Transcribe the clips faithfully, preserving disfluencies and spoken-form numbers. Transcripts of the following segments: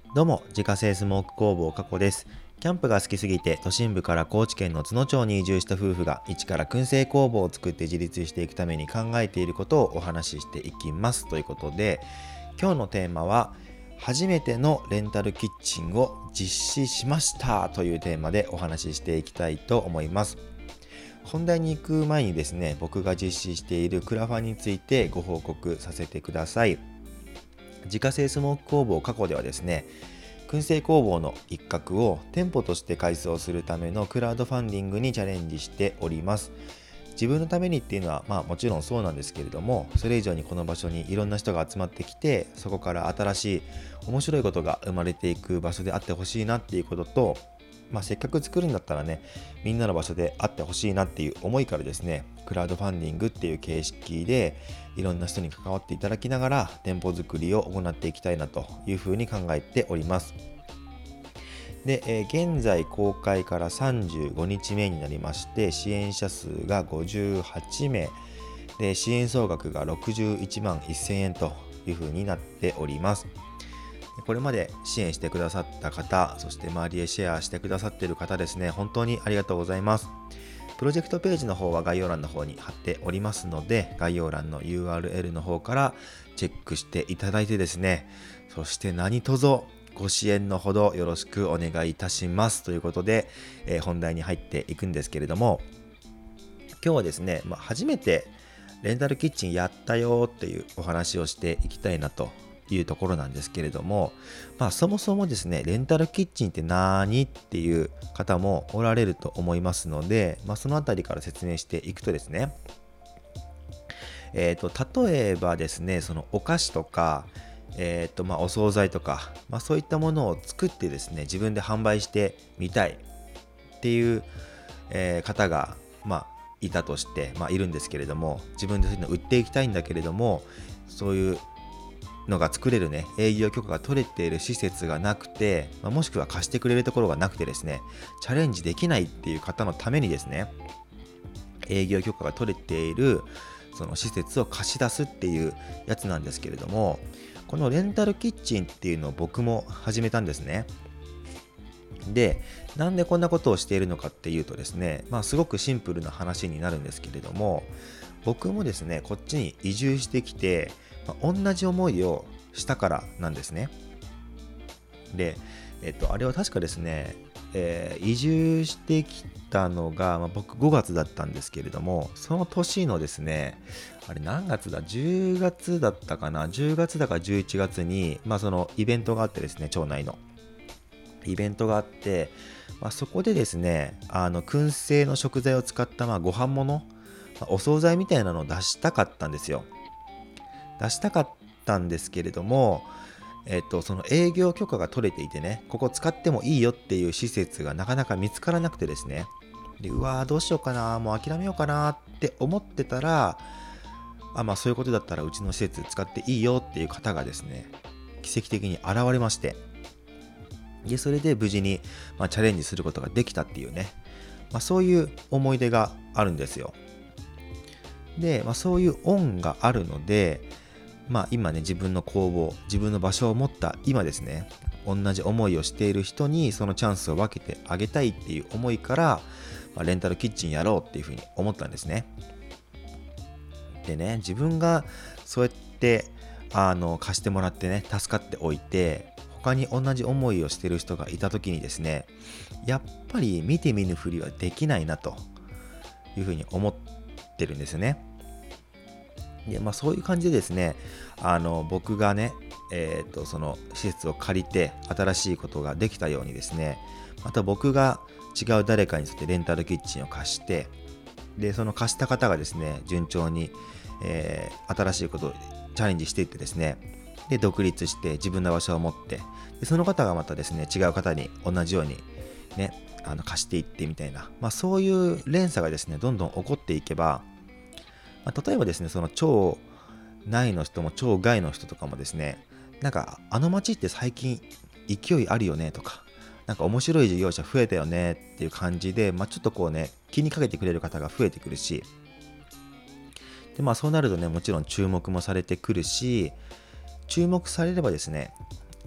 どうも、自家製スモーク工房加古です。キャンプが好きすぎて都心部から高知県の津野町に移住した夫婦が一から燻製工房を作って自立していくために考えていることをお話ししていきますということで、今日のテーマは初めてのレンタルキッチンを実施しましたというテーマでお話ししていきたいと思います。本題に行く前にですね、僕が実施しているクラファンについてご報告させてください。自家製スモーク工房過去ではですね、燻製工房の一角を店舗として改装するためのクラウドファンディングにチャレンジしております。自分のためにっていうのはまあもちろんそうなんですけれども、それ以上にこの場所にいろんな人が集まってきて、そこから新しい面白いことが生まれていく場所であってほしいなっていうことと、まあ、せっかく作るんだったらね、みんなの場所であってほしいなっていう思いからですね、クラウドファンディングっていう形式でいろんな人に関わっていただきながら店舗作りを行っていきたいなというふうに考えております。で、えー現在公開からさんじゅうごにちめになりまして、支援者数がごじゅうはちめいで、支援総額がろくじゅういちまんせんえんというふうになっております。これまで支援してくださった方、そして周りへシェアしてくださっている方ですね、本当にありがとうございます。プロジェクトページの方は概要欄の方に貼っておりますので、概要欄の ユーアールエル の方からチェックしていただいてですね、そして何卒ご支援のほどよろしくお願いいたしますということで、えー本題に入っていくんですけれども、今日はですね、まあ、初めてレンタルキッチンやったよっていうお話をしていきたいなというところなんですけれども、まあそもそもですね、レンタルキッチンって何っていう方もおられると思いますので、まあそのあたりから説明していくとですね、えっと、例えばですね、そのお菓子とか、えっと、まあお惣菜とか、まあそういったものを作ってですね、自分で販売してみたいっていう、えー方が、まあ、いたとして、まあ、いるんですけれども、自分でそういうのを売っていきたいんだけれども、そういうのが作れるね、営業許可が取れている施設がなくて、まあ、もしくは貸してくれるところがなくてですね、チャレンジできないっていう方のためにですね、営業許可が取れているその施設を貸し出すっていうやつなんですけれども、このレンタルキッチンっていうのを僕も始めたんですね。で、なんでこんなことをしているのかっていうとですね、まあすごくシンプルな話になるんですけれども、僕もですね、こっちに移住してきて、まあ、同じ思いをしたからなんですね。で、えっと、あれは確かですね、えー移住してきたのが、まあ、僕ごがつだったんですけれども、その年のですね、あれ何月だ ?じゅうがつだったかな ?じゅうがつだかじゅういちがつに、まあそのイベントがあってですね、町内の。イベントがあって、まあ、そこでですね、あの燻製の食材を使ったまあご飯物、まあお惣菜みたいなのを出したかったんですよ。出したかったんですけれども、えっと、その営業許可が取れていてね、ここ使ってもいいよっていう施設がなかなか見つからなくてですね、で、うわーどうしようかな、もう諦めようかなって思ってたら、あ、まあそういうことだったらうちの施設使っていいよっていう方がですね、奇跡的に現れまして、で、それで無事に、まあ、チャレンジすることができたっていうね、まあ、そういう思い出があるんですよ。で、まあ、そういう恩があるので、まあ、今ね、自分の工房、自分の場所を持った今ですね、同じ思いをしている人にそのチャンスを分けてあげたいっていう思いから、まあ、レンタルキッチンやろうっていうふうに思ったんですね。でね、自分がそうやってあの貸してもらってね、助かっておいて、他に同じ思いをしてる人がいた時にですね、やっぱり見て見ぬふりはできないなというふうに思ってるんですよね。で、まあそういう感じでですね、あの僕がね、えっとその施設を借りて新しいことができたようにですね、また僕が違う誰かにとってレンタルキッチンを貸して、でその貸した方がですね、順調に、えー新しいことをチャレンジしていってですね、で独立して自分の場所を持って、でその方がまたですね、違う方に同じようにね、あの貸していってみたいな、まあ、そういう連鎖がですね、どんどん起こっていけば、まあ、例えばですね、その町内の人も町外の人とかもですね、なんかあの町って最近勢いあるよねとか、なんか面白い事業者増えたよねっていう感じで、まあ、ちょっとこうね、気にかけてくれる方が増えてくるし、でまあそうなるとね、もちろん注目もされてくるし、注目されればですね、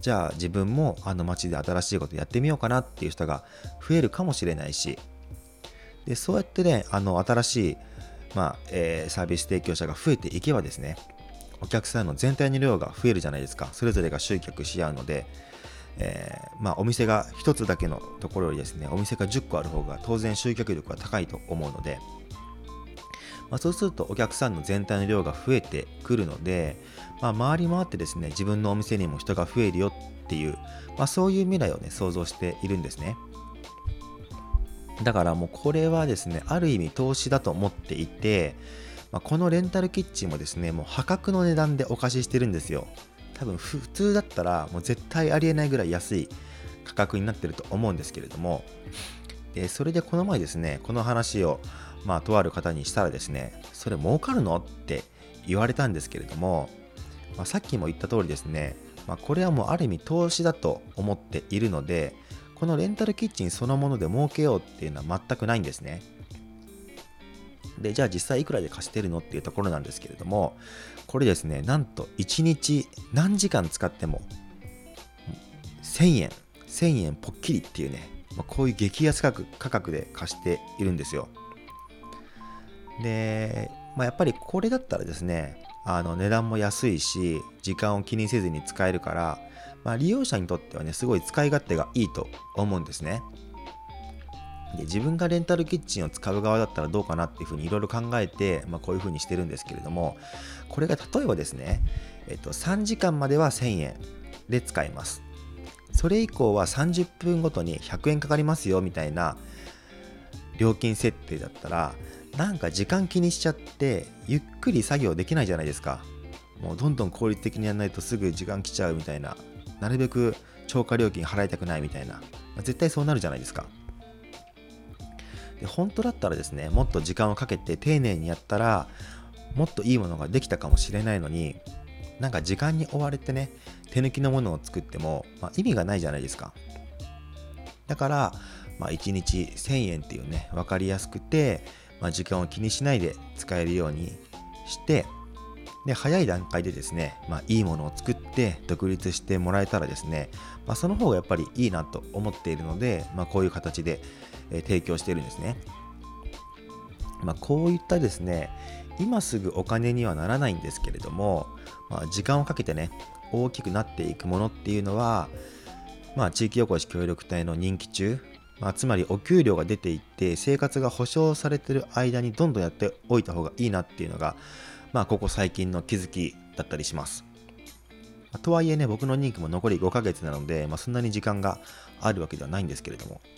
じゃあ自分もあの街で新しいことやってみようかなっていう人が増えるかもしれないし、でそうやってね、あの新しい、まあえーサービス提供者が増えていけばですね、お客さんの全体の量が増えるじゃないですか。それぞれが集客し合うので、えーまあ、お店がひとつだけのところよりですね、お店がじゅっこある方が当然集客力が高いと思うので、まあ、そうするとお客さんの全体の量が増えてくるので、まあ、回り回ってですね、自分のお店にも人が増えるよっていう、まあ、そういう未来をね想像しているんですね。だからもうこれはですね、ある意味投資だと思っていて、まあ、このレンタルキッチンもですね、もう破格の値段でお貸ししてるんですよ。多分普通だったらもう絶対ありえないぐらい安い価格になってると思うんですけれども、でそれでこの前ですね、この話をまあとある方にしたらですね、それ儲かるのって言われたんですけれども、まあ、さっきも言った通りですね、まあ、これはもうある意味投資だと思っているので、このレンタルキッチンそのもので儲けようっていうのは全くないんですね。で、じゃあ実際いくらで貸してるのっていうところなんですけれども、これですね、なんといちにち何時間使ってもせんえん、せんえんポッキリっていうね、まあ、こういう激安価格、価格で貸しているんですよ。で、まあ、やっぱりこれだったらですね、あの値段も安いし、時間を気にせずに使えるから、まあ、利用者にとってはね、すごい使い勝手がいいと思うんですね。で、自分がレンタルキッチンを使う側だったらどうかなっていうふうにいろいろ考えて、まあ、こういうふうにしてるんですけれども、これが例えばですね、えっと、さんじかんまではせんえんで使えます。それ以降はさんじゅっぷんごとにひゃくえんかかりますよみたいな料金設定だったら、なんか時間気にしちゃってゆっくり作業できないじゃないですか。もうどんどん効率的にやらないとすぐ時間来ちゃうみたいな、なるべく超過料金払いたくないみたいな、まあ、絶対そうなるじゃないですか。で、本当だったらですね、もっと時間をかけて丁寧にやったらもっといいものができたかもしれないのに、なんか時間に追われてね、手抜きのものを作っても、まあ、意味がないじゃないですか。だから、まあ、いちにちせんえんっていうね、分かりやすくて、まあ、時間を気にしないで使えるようにして、で早い段階でですね、まあ、いいものを作って独立してもらえたらですね、まあ、その方がやっぱりいいなと思っているので、まあ、こういう形で、えー提供しているんですね。まあ、こういったですね、今すぐお金にはならないんですけれども、まあ、時間をかけてね、大きくなっていくものっていうのは、まあ、地域おこし協力隊の任期中、まあ、つまりお給料が出ていって生活が保障されている間にどんどんやっておいた方がいいなっていうのが、まあ、ここ最近の気づきだったりします。まあとはいえね、僕の任期も残りごかげつなので、まあ、そんなに時間があるわけではないんですけれども、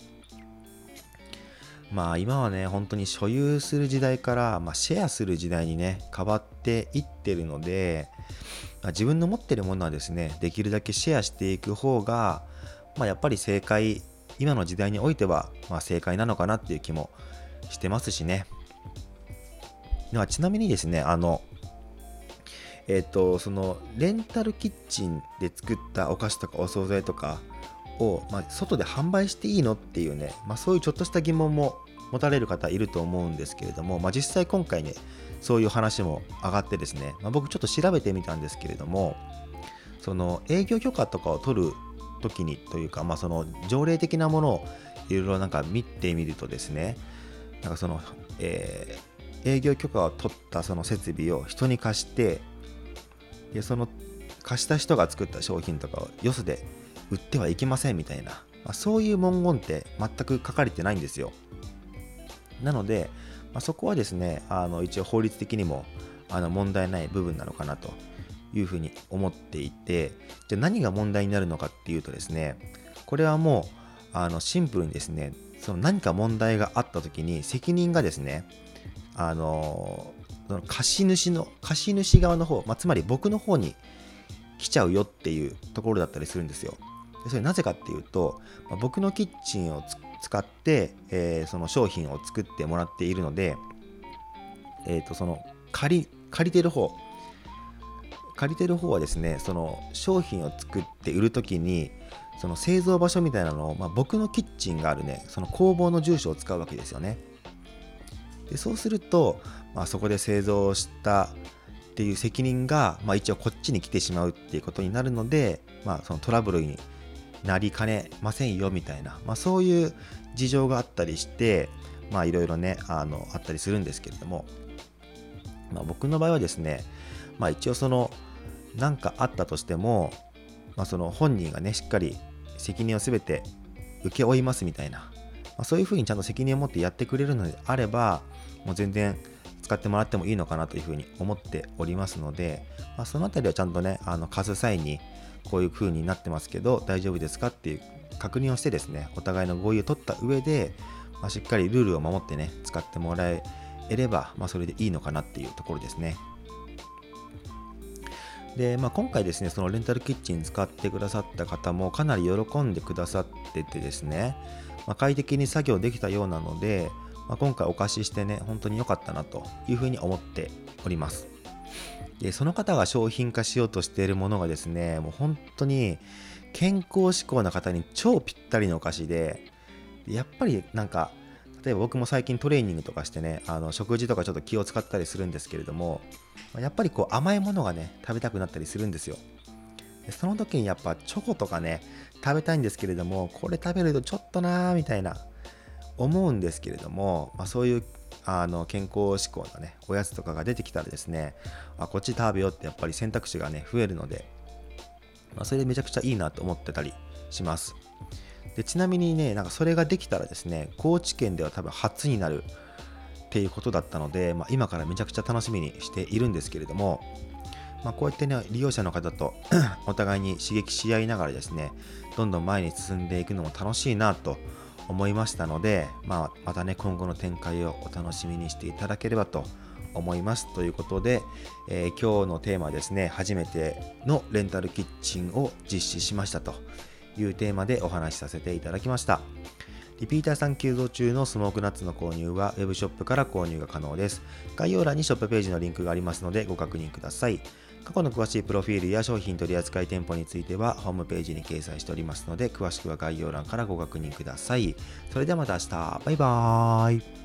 まあ今はね、本当に所有する時代から、まあ、シェアする時代にね、変わっていってるので、まあ、自分の持ってるものはですね、できるだけシェアしていく方が、まあ、やっぱり正解、今の時代においては、まあ、正解なのかなっていう気もしてますしね。まあ、ちなみにですね、あの、えっと、そのレンタルキッチンで作ったお菓子とかお惣菜とかを、まあ、外で販売していいのっていうね、まあ、そういうちょっとした疑問も持たれる方いると思うんですけれども、まあ、実際今回ね、そういう話も上がってですね、まあ、僕ちょっと調べてみたんですけれども、その営業許可とかを取る時にというか、まあ、その条例的なものをいろいろなんか見てみるとですね、なんかその、えー営業許可を取ったその設備を人に貸して、でその貸した人が作った商品とかをよそで売ってはいけませんみたいな、まあ、そういう文言って全く書かれてないんですよ。なので、まあ、そこはですね、あの一応法律的にもあの問題ない部分なのかなというふうに思っていて、じゃあ何が問題になるのかっていうとですね、これはもうあのシンプルにですね、その何か問題があった時に責任がですね、あのその貸主の貸主側の方、まあ、つまり僕の方に来ちゃうよっていうところだったりするんですよ。でそれなぜかっていうと、まあ、僕のキッチンを使って、えー、その商品を作ってもらっているので、えー、とその借り借りてる方借りてる方はですね、その商品を作って売るときにその製造場所みたいなのを、まあ、僕のキッチンがあるね、その工房の住所を使うわけですよね。でそうすると、まあ、そこで製造したっていう責任が、まあ、一応こっちに来てしまうっていうことになるので、まあ、そのトラブルになりかねませんよみたいな、まあ、そういう事情があったりして、まあいろいろねあのあったりするんですけれども、まあ、僕の場合はですね、まあ、一応その何かあったとしても、まあ、その本人がねしっかり責任を全て請け負いますみたいな、まあ、そういうふうにちゃんと責任を持ってやってくれるのであれば、もう全然使ってもらってもいいのかなというふうに思っておりますので、まあ、そのあたりはちゃんとねあの貸す際にこういう風になってますけど大丈夫ですかっていう確認をしてですね、お互いの合意を取った上で、まあ、しっかりルールを守ってね使ってもらえれば、まあ、それでいいのかなっていうところですね。で、まあ、今回ですねそのレンタルキッチン使ってくださった方もかなり喜んでくださっててですね、まあ、快適に作業できたようなので、まあ、今回お貸ししてね本当に良かったなというふうに思っております。でその方が商品化しようとしているものがですね、もう本当に健康志向な方に超ぴったりのお菓子で、やっぱりなんか例えば僕も最近トレーニングとかしてねあの食事とかちょっと気を使ったりするんですけれども、やっぱりこう甘いものがね食べたくなったりするんですよ。でその時にやっぱチョコとかね食べたいんですけれども、これ食べるとちょっとなーみたいな思うんですけれども、まあ、そういうあの健康志向のねおやつとかが出てきたらですね、あこっち食べようってやっぱり選択肢がね増えるので、まあ、それでめちゃくちゃいいなと思ってたりします。でちなみにねなんかそれができたらですね高知県では多分初になるっていうことだったので、まあ、今からめちゃくちゃ楽しみにしているんですけれども、まあ、こうやってね利用者の方とお互いに刺激し合いながらですねどんどん前に進んでいくのも楽しいなと思いましたので、まあ、またね今後の展開をお楽しみにしていただければと思いますということで、えー、今日のテーマはですね初めてのレンタルキッチンを実施しましたというテーマでお話しさせていただきました。リピーターさん急増中のスモークナッツの購入はウェブショップから購入が可能です。概要欄にショップページのリンクがありますのでご確認ください。過去の詳しいプロフィールや商品取扱店舗についてはホームページに掲載しておりますので詳しくは概要欄からご確認ください。それではまた明日。バイバーイ。